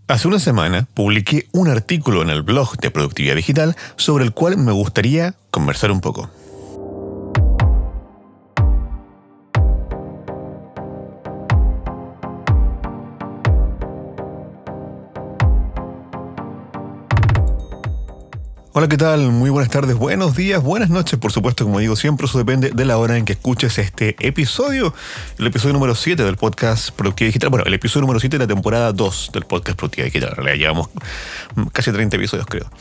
Hace una semana publiqué un artículo en el blog de Productividad Digital sobre el cual me gustaría conversar un poco. Hola, ¿qué tal? Muy buenas tardes, buenos días, buenas noches, por supuesto, como digo siempre, eso depende de la hora en que escuches este episodio, el episodio número 7 del podcast Productividad Digital, bueno, el episodio número 7 de la temporada 2 del podcast Productividad Digital, en realidad llevamos casi 30 episodios, creo.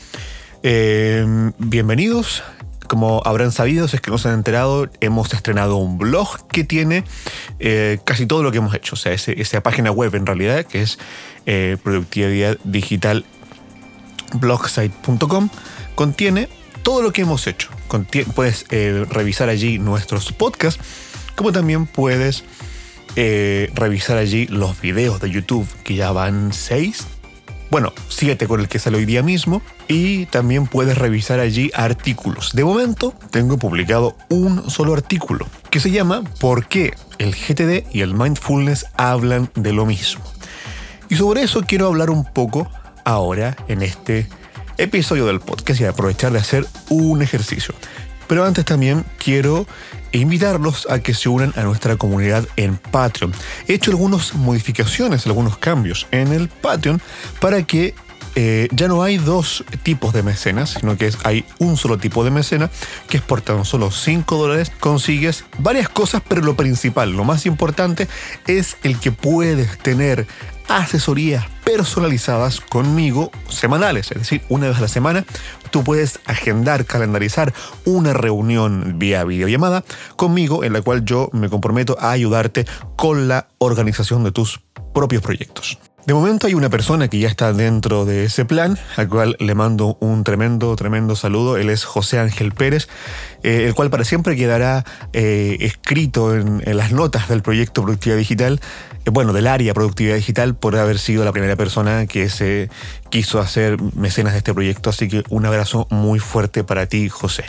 Bienvenidos. Como habrán sabido, si es que no se han enterado, hemos estrenado un blog que tiene casi todo lo que hemos hecho, o sea, esa página web en realidad, que es Productividad Digital blogsite.com, contiene todo lo que hemos hecho. Puedes revisar allí nuestros podcasts, como también puedes revisar allí los videos de YouTube, que ya van 6. Bueno, 7 con el que sale hoy día mismo. Y también puedes revisar allí artículos. De momento tengo publicado un solo artículo, que se llama ¿Por qué el GTD y el Mindfulness hablan de lo mismo? Y sobre eso quiero hablar un poco ahora en este episodio del podcast y aprovechar de hacer un ejercicio. Pero antes también quiero invitarlos a que se unan a nuestra comunidad en Patreon. He hecho algunas modificaciones, algunos cambios en el Patreon para que ya no hay dos tipos de mecenas, sino que hay un solo tipo de mecena, que es por tan solo $5 consigues varias cosas, pero lo principal, lo más importante, es el que puedes tener asesorías personalizadas conmigo semanales, es decir, una vez a la semana tú puedes agendar, calendarizar una reunión vía videollamada conmigo en la cual yo me comprometo a ayudarte con la organización de tus propios proyectos. De momento hay una persona que ya está dentro de ese plan, al cual le mando un tremendo saludo. Él es José Ángel Pérez, el cual para siempre quedará escrito en las notas del proyecto Productividad Digital, del área Productividad Digital, por haber sido la primera persona que se quiso hacer mecenas de este proyecto. Así que un abrazo muy fuerte para ti, José.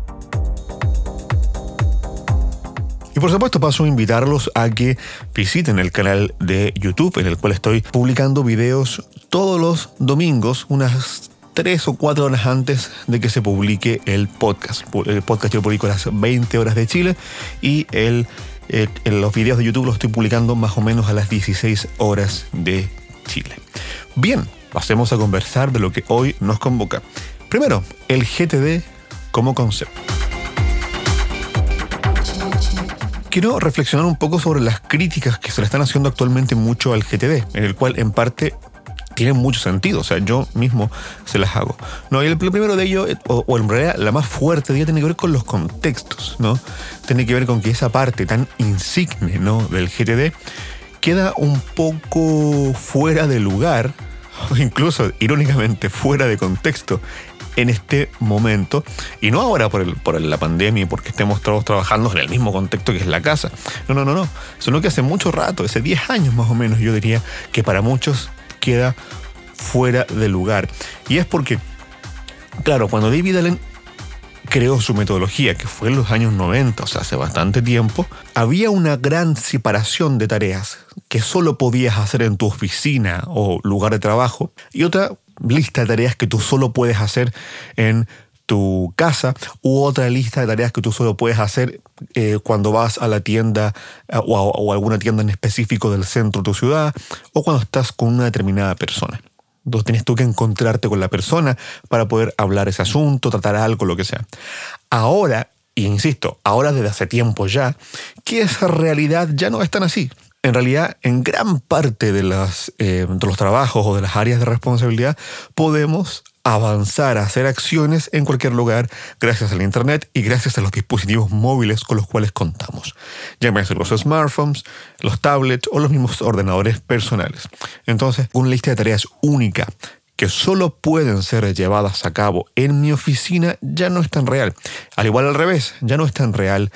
Y por supuesto paso a invitarlos a que visiten el canal de YouTube, en el cual estoy publicando videos todos los domingos, unas 3 o 4 horas antes de que se publique el podcast. El podcast yo lo publico a las 20 horas de Chile y los videos de YouTube los estoy publicando más o menos a las 16 horas de Chile. Bien, pasemos a conversar de lo que hoy nos convoca. Primero, el GTD como concepto. Quiero reflexionar un poco sobre las críticas que se le están haciendo actualmente mucho al GTD, en el cual en parte tiene mucho sentido, o sea, yo mismo se las hago. No, y el primero de ellos, o en realidad la más fuerte de ella, tiene que ver con los contextos, ¿no? Tiene que ver con que esa parte tan insigne, ¿no?, del GTD queda un poco fuera de lugar, o incluso irónicamente fuera de contexto en este momento, y no ahora por la pandemia y porque estemos todos trabajando en el mismo contexto que es la casa. No. Sino que hace mucho rato, hace 10 años más o menos, yo diría que para muchos queda fuera de lugar. Y es porque, claro, cuando David Allen creó su metodología, que fue en los años 90, o sea, hace bastante tiempo, había una gran separación de tareas que solo podías hacer en tu oficina o lugar de trabajo, y otra lista de tareas que tú solo puedes hacer en tu casa, u otra lista de tareas que tú solo puedes hacer cuando vas a la tienda o alguna tienda en específico del centro de tu ciudad, o cuando estás con una determinada persona. Entonces tienes tú que encontrarte con la persona para poder hablar ese asunto, tratar algo, lo que sea. Ahora, y insisto, ahora desde hace tiempo ya, que esa realidad ya no es tan así. En realidad, en gran parte de los trabajos o de las áreas de responsabilidad podemos avanzar a hacer acciones en cualquier lugar gracias al internet y gracias a los dispositivos móviles con los cuales contamos. Llámese los smartphones, los tablets o los mismos ordenadores personales. Entonces, una lista de tareas única que solo pueden ser llevadas a cabo en mi oficina ya no es tan real. Al igual al revés, ya no es tan real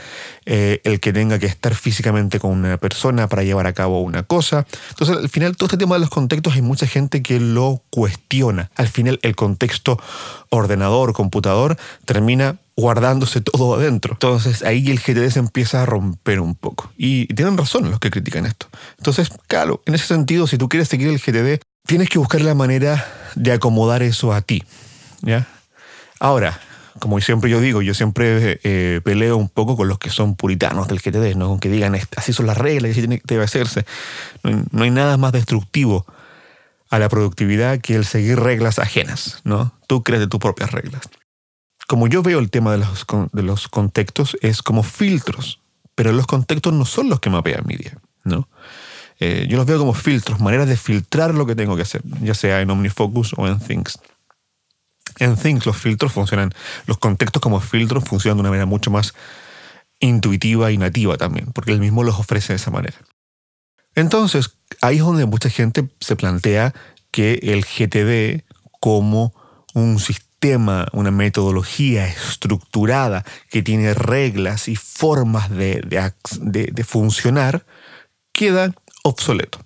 el que tenga que estar físicamente con una persona para llevar a cabo una cosa. Entonces, al final, todo este tema de los contextos hay mucha gente que lo cuestiona. Al final, el contexto ordenador, computador, termina guardándose todo adentro. Entonces, ahí el GTD se empieza a romper un poco. Y tienen razón los que critican esto. Entonces, claro, en ese sentido, si tú quieres seguir el GTD, tienes que buscar la manera de acomodar eso a ti, ¿ya? Ahora, como siempre yo digo, yo siempre peleo un poco con los que son puritanos del GTD, ¿no? Con que digan, así son las reglas y así debe hacerse. No hay nada más destructivo a la productividad que el seguir reglas ajenas, ¿no? Tú creas tus propias reglas. Como yo veo el tema de los contextos, es como filtros, pero los contextos no son los que mapean mi día, ¿no? Yo los veo como filtros, maneras de filtrar lo que tengo que hacer, ya sea en OmniFocus o en Things. En Things los filtros funcionan, los contextos como filtros funcionan de una manera mucho más intuitiva y nativa también, porque él mismo los ofrece de esa manera. Entonces, ahí es donde mucha gente se plantea que el GTD como un sistema, una metodología estructurada que tiene reglas y formas de funcionar, queda obsoleto.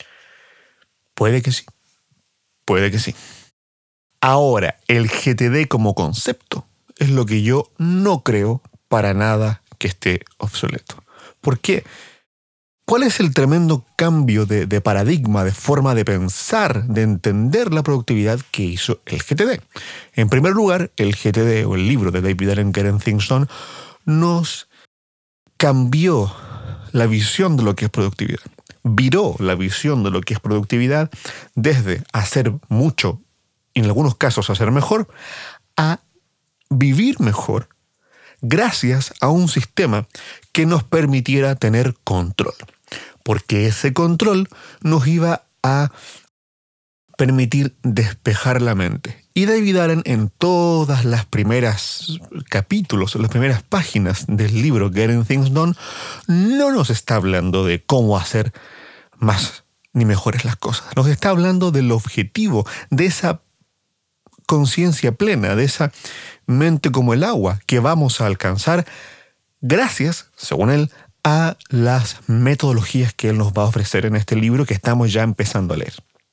Puede que sí. Puede que sí. Ahora, el GTD como concepto es lo que yo no creo para nada que esté obsoleto. ¿Por qué? ¿Cuál es el tremendo cambio de paradigma, de forma de pensar, de entender la productividad que hizo el GTD? En primer lugar, el GTD o el libro de David Allen, Getting Things Done, nos cambió la visión de lo que es productividad. Viró la visión de lo que es productividad desde hacer mucho, y en algunos casos hacer mejor, a vivir mejor gracias a un sistema que nos permitiera tener control. Porque ese control nos iba a permitir despejar la mente. Y David Allen, en todas las primeras capítulos, en las primeras páginas del libro Getting Things Done, no nos está hablando de cómo hacer más ni mejores las cosas. Nos está hablando del objetivo, de esa conciencia plena, de esa mente como el agua que vamos a alcanzar gracias, según él, a las metodologías que él nos va a ofrecer en este libro que estamos ya empezando a leer.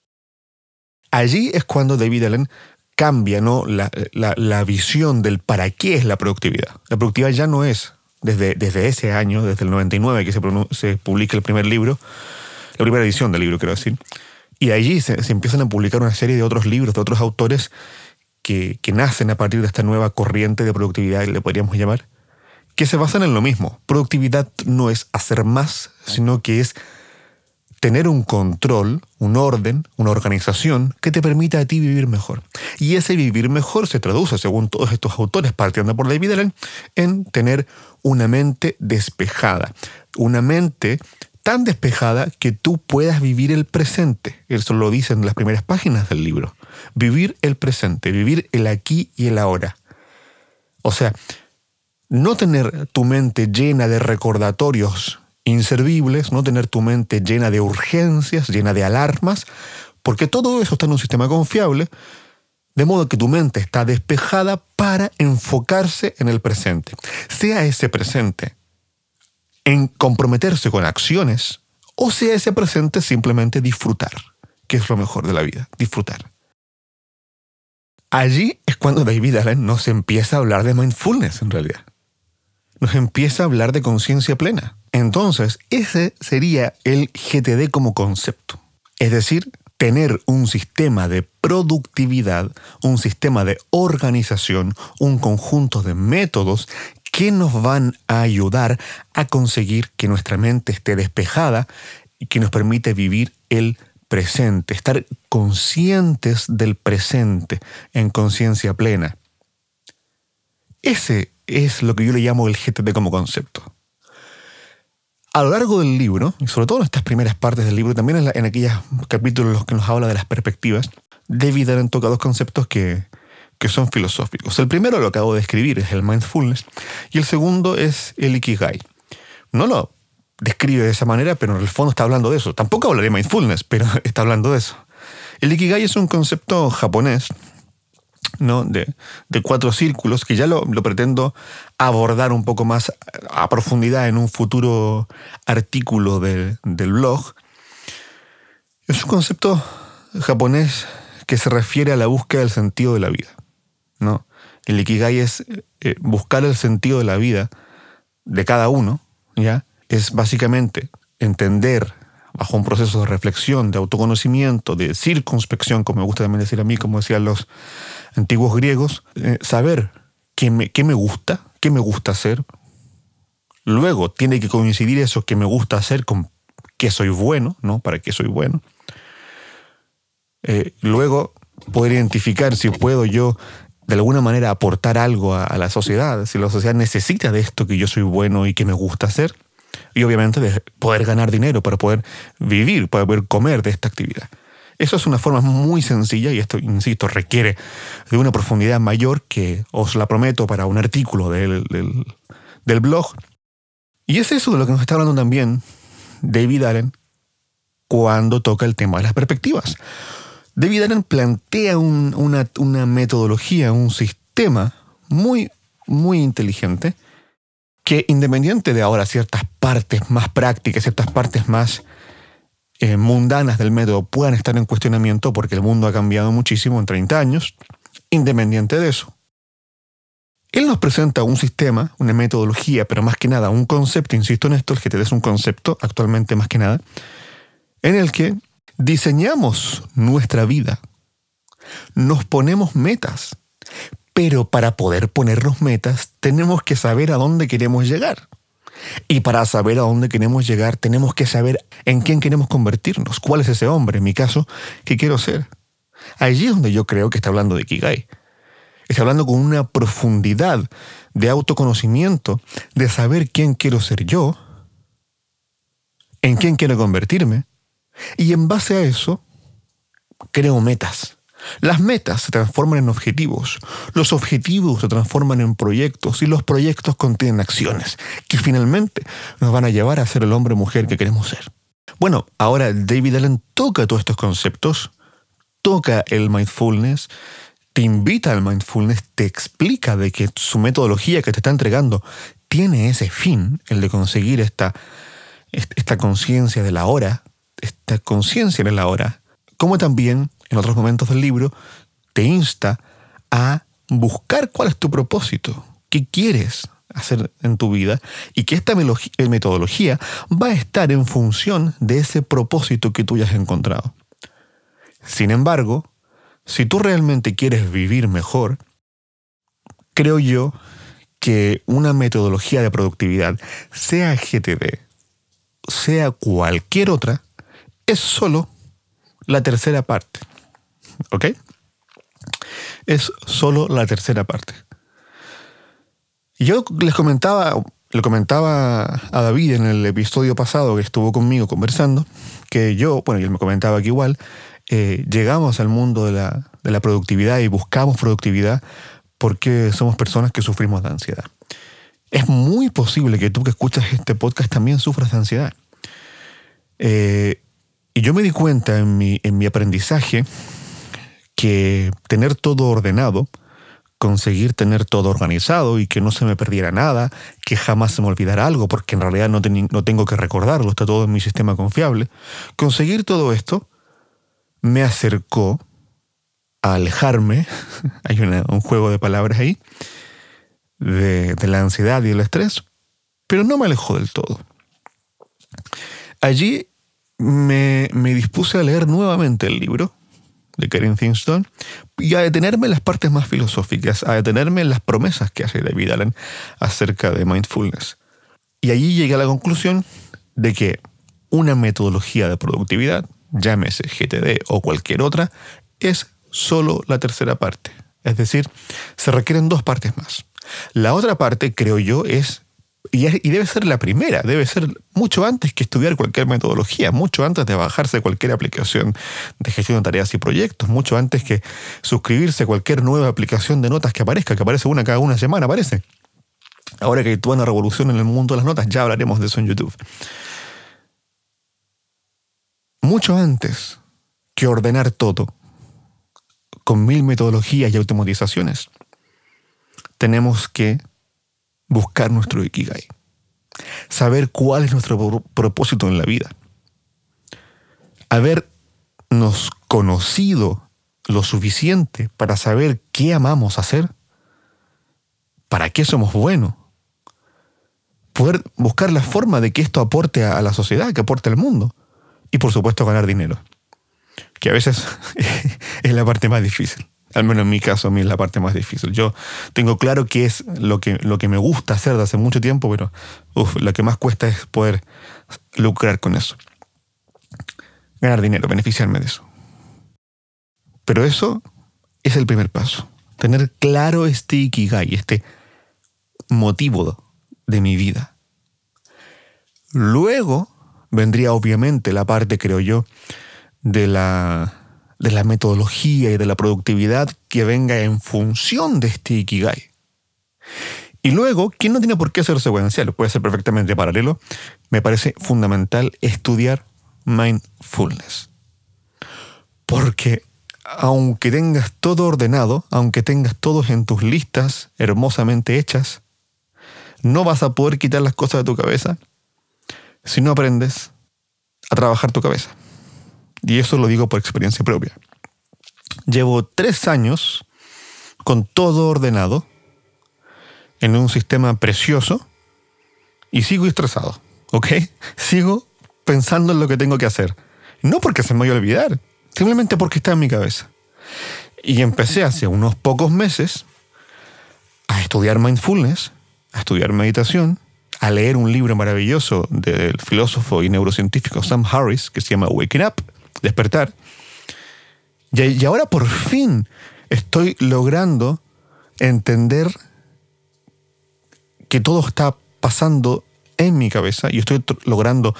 Allí es cuando David Allen cambia, ¿no?, la visión del para qué es la productividad. La productividad ya no es, desde ese año, desde el 99 que se publica el primer libro, la primera edición del libro, quiero decir, y allí se empiezan a publicar una serie de otros libros, de otros autores que nacen a partir de esta nueva corriente de productividad, le podríamos llamar, que se basan en lo mismo. Productividad no es hacer más, sino que es tener un control, un orden, una organización que te permita a ti vivir mejor. Y ese vivir mejor se traduce, según todos estos autores, partiendo por David Allen, en tener una mente despejada. Una mente tan despejada que tú puedas vivir el presente. Eso lo dicen en las primeras páginas del libro. Vivir el presente, vivir el aquí y el ahora. O sea, no tener tu mente llena de recordatorios inservibles, no tener tu mente llena de urgencias, llena de alarmas, porque todo eso está en un sistema confiable, de modo que tu mente está despejada para enfocarse en el presente. Sea ese presente en comprometerse con acciones, o sea ese presente simplemente disfrutar, que es lo mejor de la vida, disfrutar. Allí es cuando David Allen nos empieza a hablar de mindfulness, en realidad. Nos empieza a hablar de conciencia plena. Entonces, ese sería el GTD como concepto. Es decir, tener un sistema de productividad, un sistema de organización, un conjunto de métodos que nos van a ayudar a conseguir que nuestra mente esté despejada y que nos permite vivir el presente, estar conscientes del presente en conciencia plena. Ese es lo que yo le llamo el GTD como concepto. A lo largo del libro, y sobre todo en estas primeras partes del libro, también en aquellos capítulos en los que nos habla de las perspectivas, David Allen toca dos conceptos que son filosóficos. El primero lo acabo de escribir, es el mindfulness, y el segundo es el ikigai. No lo describe de esa manera, pero en el fondo está hablando de eso. Tampoco hablaré de mindfulness, pero está hablando de eso. El ikigai es un concepto japonés, ¿no?, de 4 círculos, que ya lo pretendo abordar un poco más a profundidad en un futuro artículo del blog. Es un concepto japonés que se refiere a la búsqueda del sentido de la vida, ¿no? El ikigai es buscar el sentido de la vida de cada uno, ¿ya? Es básicamente entender bajo un proceso de reflexión, de autoconocimiento, de circunspección, como me gusta también decir a mí, como decían los antiguos griegos, saber qué me gusta hacer. Luego tiene que coincidir eso que me gusta hacer con qué soy bueno, ¿no? ¿Para qué soy bueno? Luego poder identificar si puedo yo de alguna manera aportar algo a la sociedad, si la sociedad necesita de esto que yo soy bueno y que me gusta hacer, y obviamente de poder ganar dinero para poder vivir, para poder comer de esta actividad. Eso es una forma muy sencilla y esto, insisto, requiere de una profundidad mayor que os la prometo para un artículo del blog. Y es eso de lo que nos está hablando también David Allen cuando toca el tema de las perspectivas. David Allen plantea una metodología, un sistema muy, muy inteligente que, independiente de ahora ciertas partes más prácticas, ciertas partes más mundanas del método puedan estar en cuestionamiento porque el mundo ha cambiado muchísimo en 30 años, independiente de eso, él nos presenta un sistema, una metodología, pero más que nada un concepto, insisto en esto, el GTD es un concepto actualmente más que nada, en el que diseñamos nuestra vida, nos ponemos metas, pero para poder ponernos metas tenemos que saber a dónde queremos llegar. Y para saber a dónde queremos llegar tenemos que saber en quién queremos convertirnos, cuál es ese hombre, en mi caso, que quiero ser. Allí es donde yo creo que está hablando de Ikigai. Está hablando con una profundidad de autoconocimiento, de saber quién quiero ser yo, en quién quiero convertirme, y en base a eso creo metas. Las metas se transforman en objetivos, los objetivos se transforman en proyectos y los proyectos contienen acciones que finalmente nos van a llevar a ser el hombre o mujer que queremos ser. Bueno, ahora David Allen toca todos estos conceptos, toca el mindfulness, te invita al mindfulness, te explica de que su metodología que te está entregando tiene ese fin, el de conseguir esta conciencia de la hora, esta conciencia en el ahora, como también en otros momentos del libro te insta a buscar cuál es tu propósito, qué quieres hacer en tu vida y que esta metodología va a estar en función de ese propósito que tú ya has encontrado. Sin embargo, si tú realmente quieres vivir mejor, creo yo que una metodología de productividad, sea GTD, sea cualquier otra, es solo la tercera parte. ¿Ok? Es solo la tercera parte. Yo le comentaba a David en el episodio pasado que estuvo conmigo conversando, que y él me comentaba que igual, llegamos al mundo de la productividad y buscamos productividad porque somos personas que sufrimos de ansiedad. Es muy posible que tú que escuchas este podcast también sufras de ansiedad. Y yo me di cuenta en mi aprendizaje que tener todo ordenado, conseguir tener todo organizado y que no se me perdiera nada, que jamás se me olvidara algo, porque en realidad no tengo que recordarlo, está todo en mi sistema confiable. Conseguir todo esto me acercó a alejarme, hay un juego de palabras ahí, de la ansiedad y el estrés, pero no me alejó del todo. Allí me dispuse a leer nuevamente el libro de Karen Thinston y a detenerme en las partes más filosóficas, a detenerme en las promesas que hace David Allen acerca de mindfulness. Y allí llegué a la conclusión de que una metodología de productividad, llámese GTD o cualquier otra, es solo la tercera parte. Es decir, se requieren 2 partes más. La otra parte, creo yo, y debe ser la primera, debe ser mucho antes que estudiar cualquier metodología, mucho antes de bajarse cualquier aplicación de gestión de tareas y proyectos, mucho antes que suscribirse a cualquier nueva aplicación de notas que aparece una cada una semana, aparece. Ahora que actúa una revolución en el mundo de las notas, ya hablaremos de eso en YouTube. Mucho antes que ordenar todo con 1000 metodologías y automatizaciones, tenemos que buscar nuestro Ikigai. Saber cuál es nuestro propósito en la vida. Habernos conocido lo suficiente para saber qué amamos hacer, para qué somos buenos. Poder buscar la forma de que esto aporte a la sociedad, que aporte al mundo. Y por supuesto ganar dinero, que a veces es la parte más difícil. Al menos en mi caso, a mí es la parte más difícil. Yo tengo claro que es lo que me gusta hacer de hace mucho tiempo, pero lo que más cuesta es poder lucrar con eso. Ganar dinero, beneficiarme de eso. Pero eso es el primer paso. Tener claro este ikigai, este motivo de mi vida. Luego vendría obviamente la parte, creo yo, de la metodología y de la productividad que venga en función de este ikigai. Y luego, quien no tiene por qué ser secuencial, puede ser perfectamente paralelo, me parece fundamental estudiar mindfulness. Porque aunque tengas todo ordenado, aunque tengas todos en tus listas hermosamente hechas, no vas a poder quitar las cosas de tu cabeza si no aprendes a trabajar tu cabeza. Y eso lo digo por experiencia propia. Llevo 3 años con todo ordenado en un sistema precioso y sigo estresado, ¿ok? Sigo pensando en lo que tengo que hacer. No porque se me vaya a olvidar, simplemente porque está en mi cabeza. Y empecé hace unos pocos meses a estudiar mindfulness, a estudiar meditación, a leer un libro maravilloso del filósofo y neurocientífico Sam Harris que se llama Waking Up, Despertar. Y ahora por fin estoy logrando entender que todo está pasando en mi cabeza y estoy logrando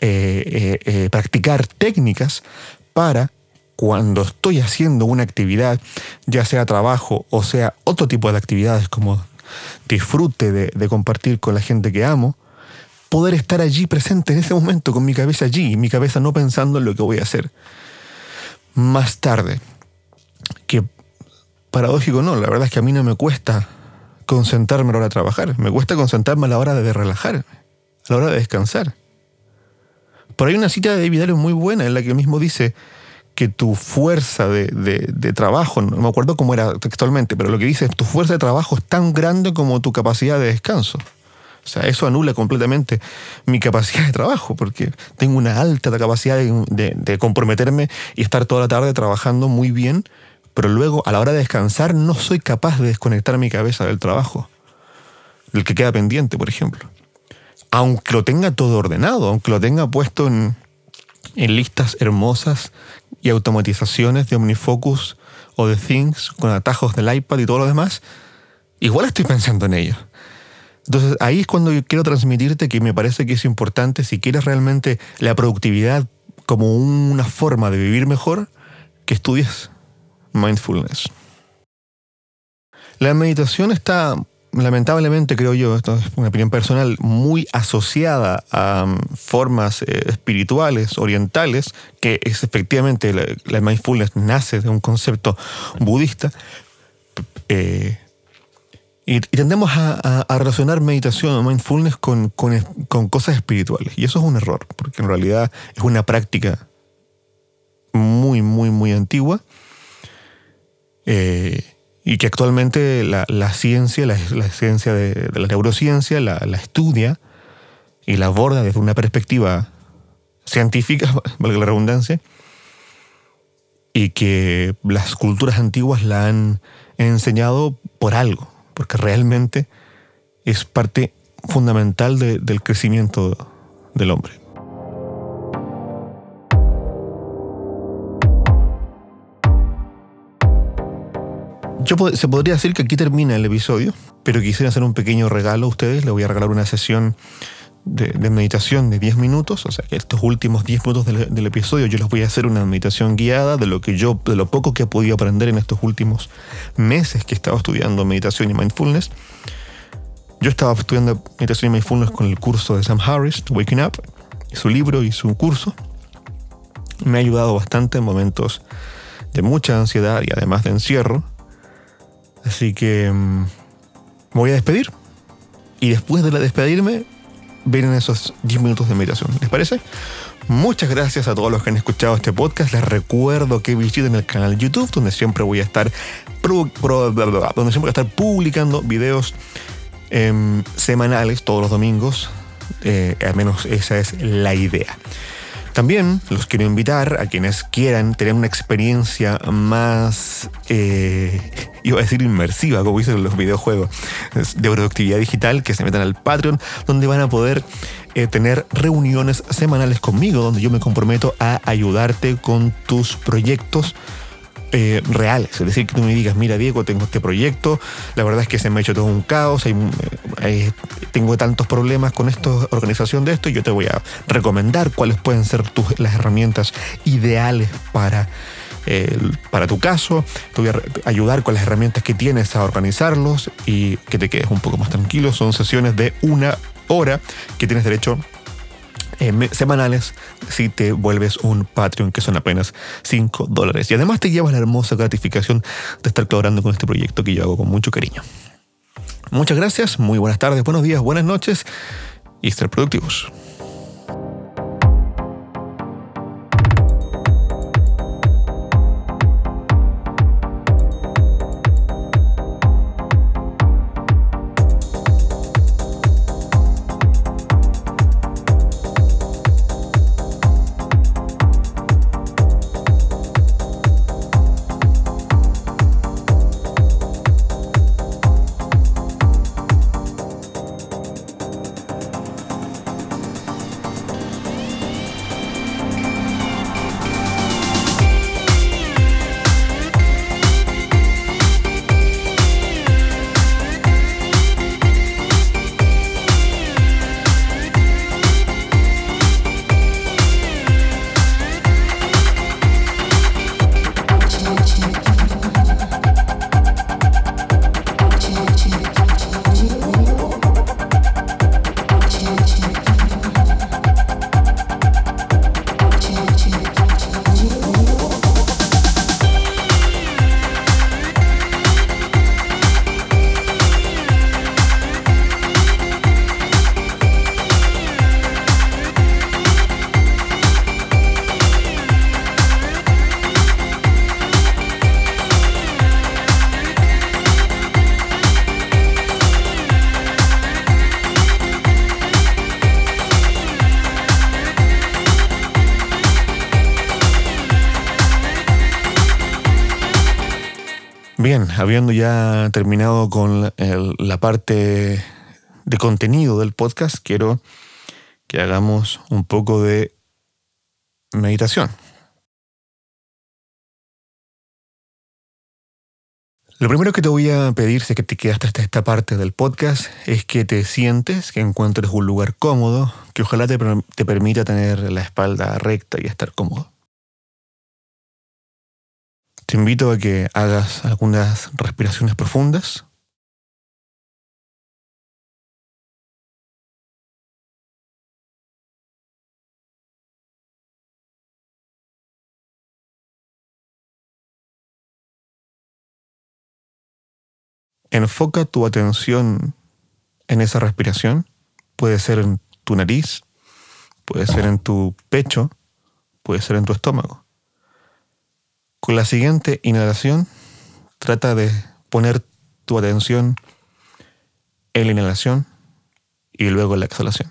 practicar técnicas para cuando estoy haciendo una actividad, ya sea trabajo o sea otro tipo de actividades como disfrute de compartir con la gente que amo, poder estar allí presente en ese momento con mi cabeza allí y mi cabeza no pensando en lo que voy a hacer más tarde. Que paradójico no, la verdad es que a mí no me cuesta concentrarme a la hora de trabajar, me cuesta concentrarme a la hora de relajarme, a la hora de descansar. Pero hay una cita de David Allen muy buena en la que él mismo dice que tu fuerza de trabajo, no me acuerdo cómo era textualmente, pero lo que dice es tu fuerza de trabajo es tan grande como tu capacidad de descanso. O sea, eso anula completamente mi capacidad de trabajo, porque tengo una alta capacidad de comprometerme y estar toda la tarde trabajando muy bien, pero luego a la hora de descansar no soy capaz de desconectar mi cabeza del trabajo, del que queda pendiente, por ejemplo. Aunque lo tenga todo ordenado, aunque lo tenga puesto en listas hermosas y automatizaciones de OmniFocus o de Things con atajos del iPad y todo lo demás, igual estoy pensando en ello. Entonces ahí es cuando yo quiero transmitirte que me parece que es importante, si quieres realmente la productividad como una forma de vivir mejor, que estudies mindfulness. La meditación está, lamentablemente creo yo, esto es una opinión personal, muy asociada a formas espirituales, orientales, que es efectivamente la mindfulness nace de un concepto budista, y tendemos a relacionar meditación o mindfulness con cosas espirituales. Y eso es un error, porque en realidad es una práctica muy, muy, muy antigua, y que actualmente la ciencia, la ciencia de la neurociencia, la estudia y la aborda desde una perspectiva científica, valga la redundancia, y que las culturas antiguas la han enseñado por algo, porque realmente es parte fundamental del crecimiento del hombre. Se podría decir que aquí termina el episodio, pero quisiera hacer un pequeño regalo a ustedes. Les voy a regalar una sesión de meditación de 10 minutos, o sea que estos últimos 10 minutos del episodio yo les voy a hacer una meditación guiada de lo poco que he podido aprender en estos últimos meses que he estado estudiando meditación y mindfulness. Yo estaba estudiando meditación y mindfulness con el curso de Sam Harris, Waking Up, su libro y su curso. Me ha ayudado bastante en momentos de mucha ansiedad y además de encierro. Así que me voy a despedir. Y después de despedirme, vienen esos 10 minutos de meditación. ¿Les parece? Muchas gracias a todos los que han escuchado este podcast. Les recuerdo que visiten el canal de YouTube, donde siempre voy a estar publicando videos semanales todos los domingos. Al menos esa es la idea. También los quiero invitar a quienes quieran tener una experiencia más, iba a decir inmersiva, como dicen los videojuegos, de productividad digital, que se metan al Patreon, donde van a poder tener reuniones semanales conmigo, donde yo me comprometo a ayudarte con tus proyectos reales. Es decir, que tú me digas, mira Diego, tengo este proyecto, la verdad es que se me ha hecho todo un caos, tengo tantos problemas con esta organización de esto, y yo te voy a recomendar cuáles pueden ser las herramientas ideales para tu caso. Te voy a ayudar con las herramientas que tienes a organizarlos y que te quedes un poco más tranquilo. Son sesiones de 1 hora que tienes derecho semanales si te vuelves un Patreon, que son apenas $5. Y además te llevas la hermosa gratificación de estar colaborando con este proyecto que yo hago con mucho cariño. Muchas gracias, muy buenas tardes, buenos días, buenas noches y ser productivos. Bien, habiendo ya terminado con la parte de contenido del podcast, quiero que hagamos un poco de meditación. Lo primero que te voy a pedir, si es que te quedaste hasta esta parte del podcast, es que te sientes, que encuentres un lugar cómodo, que ojalá te permita tener la espalda recta y estar cómodo. Te invito a que hagas algunas respiraciones profundas. Enfoca tu atención en esa respiración. Puede ser en tu nariz, puede ser en tu pecho, puede ser en tu estómago. Con la siguiente inhalación, trata de poner tu atención en la inhalación y luego en la exhalación.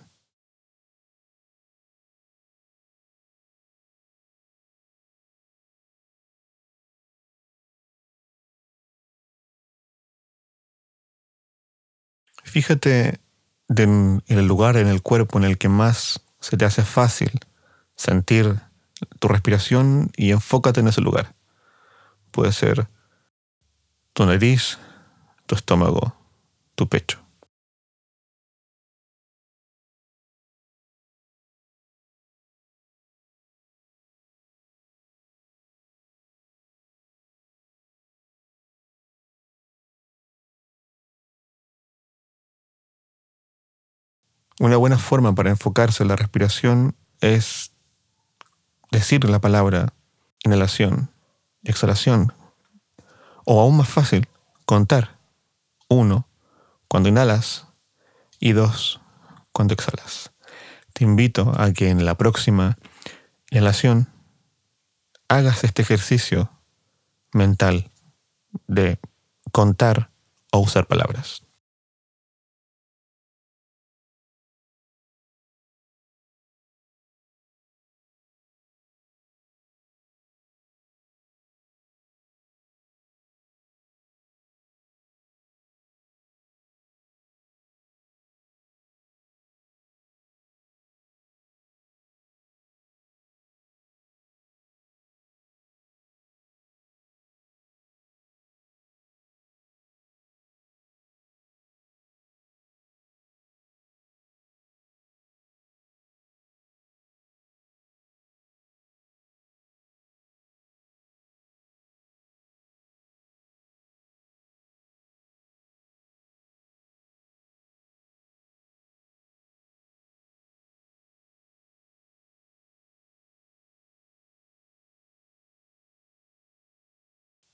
Fíjate en el lugar en el cuerpo en el que más se te hace fácil sentir tu respiración y enfócate en ese lugar. Puede ser tu nariz, tu estómago, tu pecho. Una buena forma para enfocarse en la respiración es decir la palabra inhalación, exhalación, o aún más fácil, contar. 1 cuando inhalas y 2 cuando exhalas. Te invito a que en la próxima inhalación hagas este ejercicio mental de contar o usar palabras.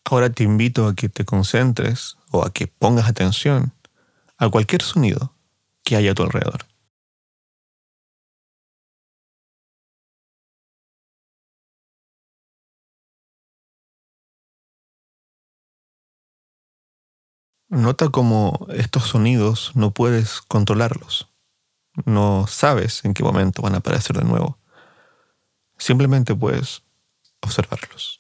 Ahora te invito a que te concentres o a que pongas atención a cualquier sonido que haya a tu alrededor. Nota cómo estos sonidos no puedes controlarlos. No sabes en qué momento van a aparecer de nuevo. Simplemente puedes observarlos.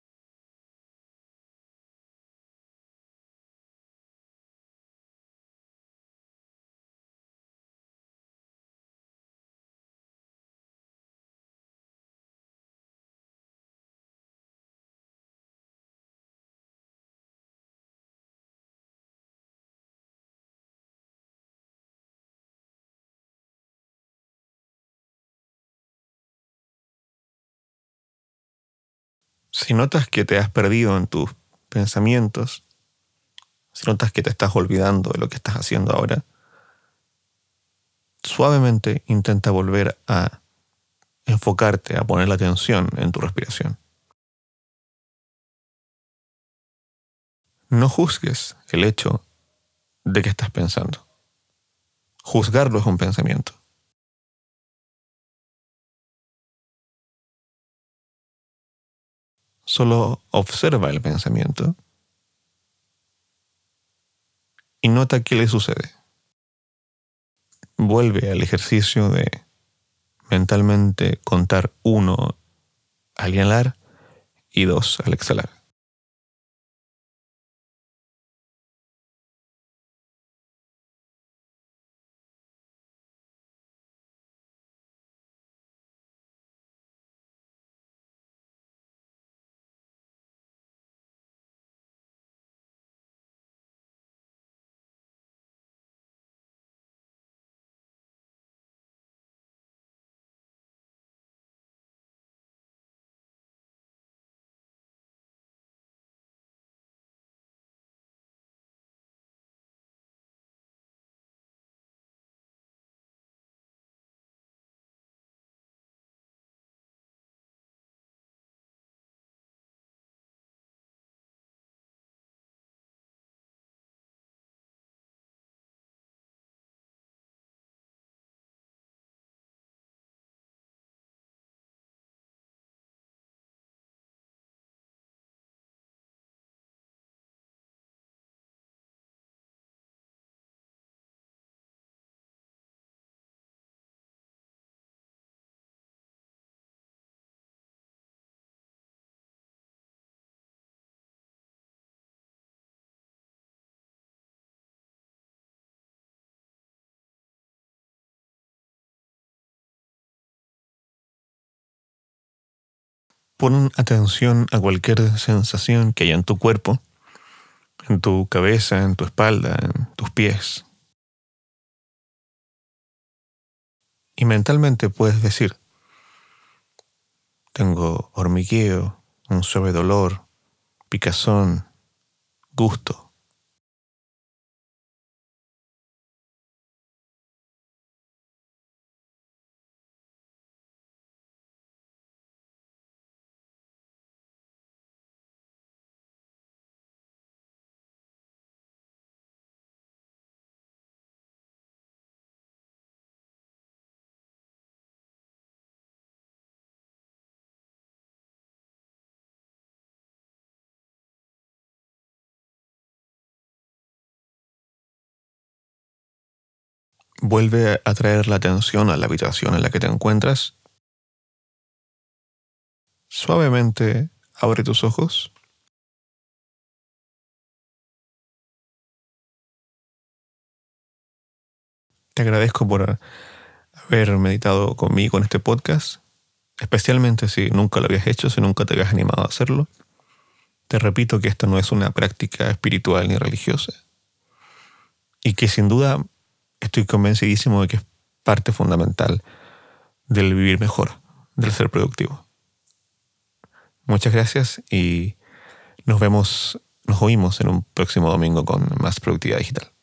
Si notas que te has perdido en tus pensamientos, si notas que te estás olvidando de lo que estás haciendo ahora, suavemente intenta volver a enfocarte, a poner la atención en tu respiración. No juzgues el hecho de que estás pensando. Juzgarlo es un pensamiento. Solo observa el pensamiento y nota qué le sucede. Vuelve al ejercicio de mentalmente contar 1 al inhalar y 2 al exhalar. Pon atención a cualquier sensación que haya en tu cuerpo, en tu cabeza, en tu espalda, en tus pies. Y mentalmente puedes decir, tengo hormigueo, un suave dolor, picazón, gusto. Vuelve a traer la atención a la habitación en la que te encuentras. Suavemente abre tus ojos. Te agradezco por haber meditado conmigo en este podcast, especialmente si nunca lo habías hecho, si nunca te habías animado a hacerlo. Te repito que esto no es una práctica espiritual ni religiosa y que sin duda estoy convencidísimo de que es parte fundamental del vivir mejor, del ser productivo. Muchas gracias y nos oímos en un próximo domingo con más productividad digital.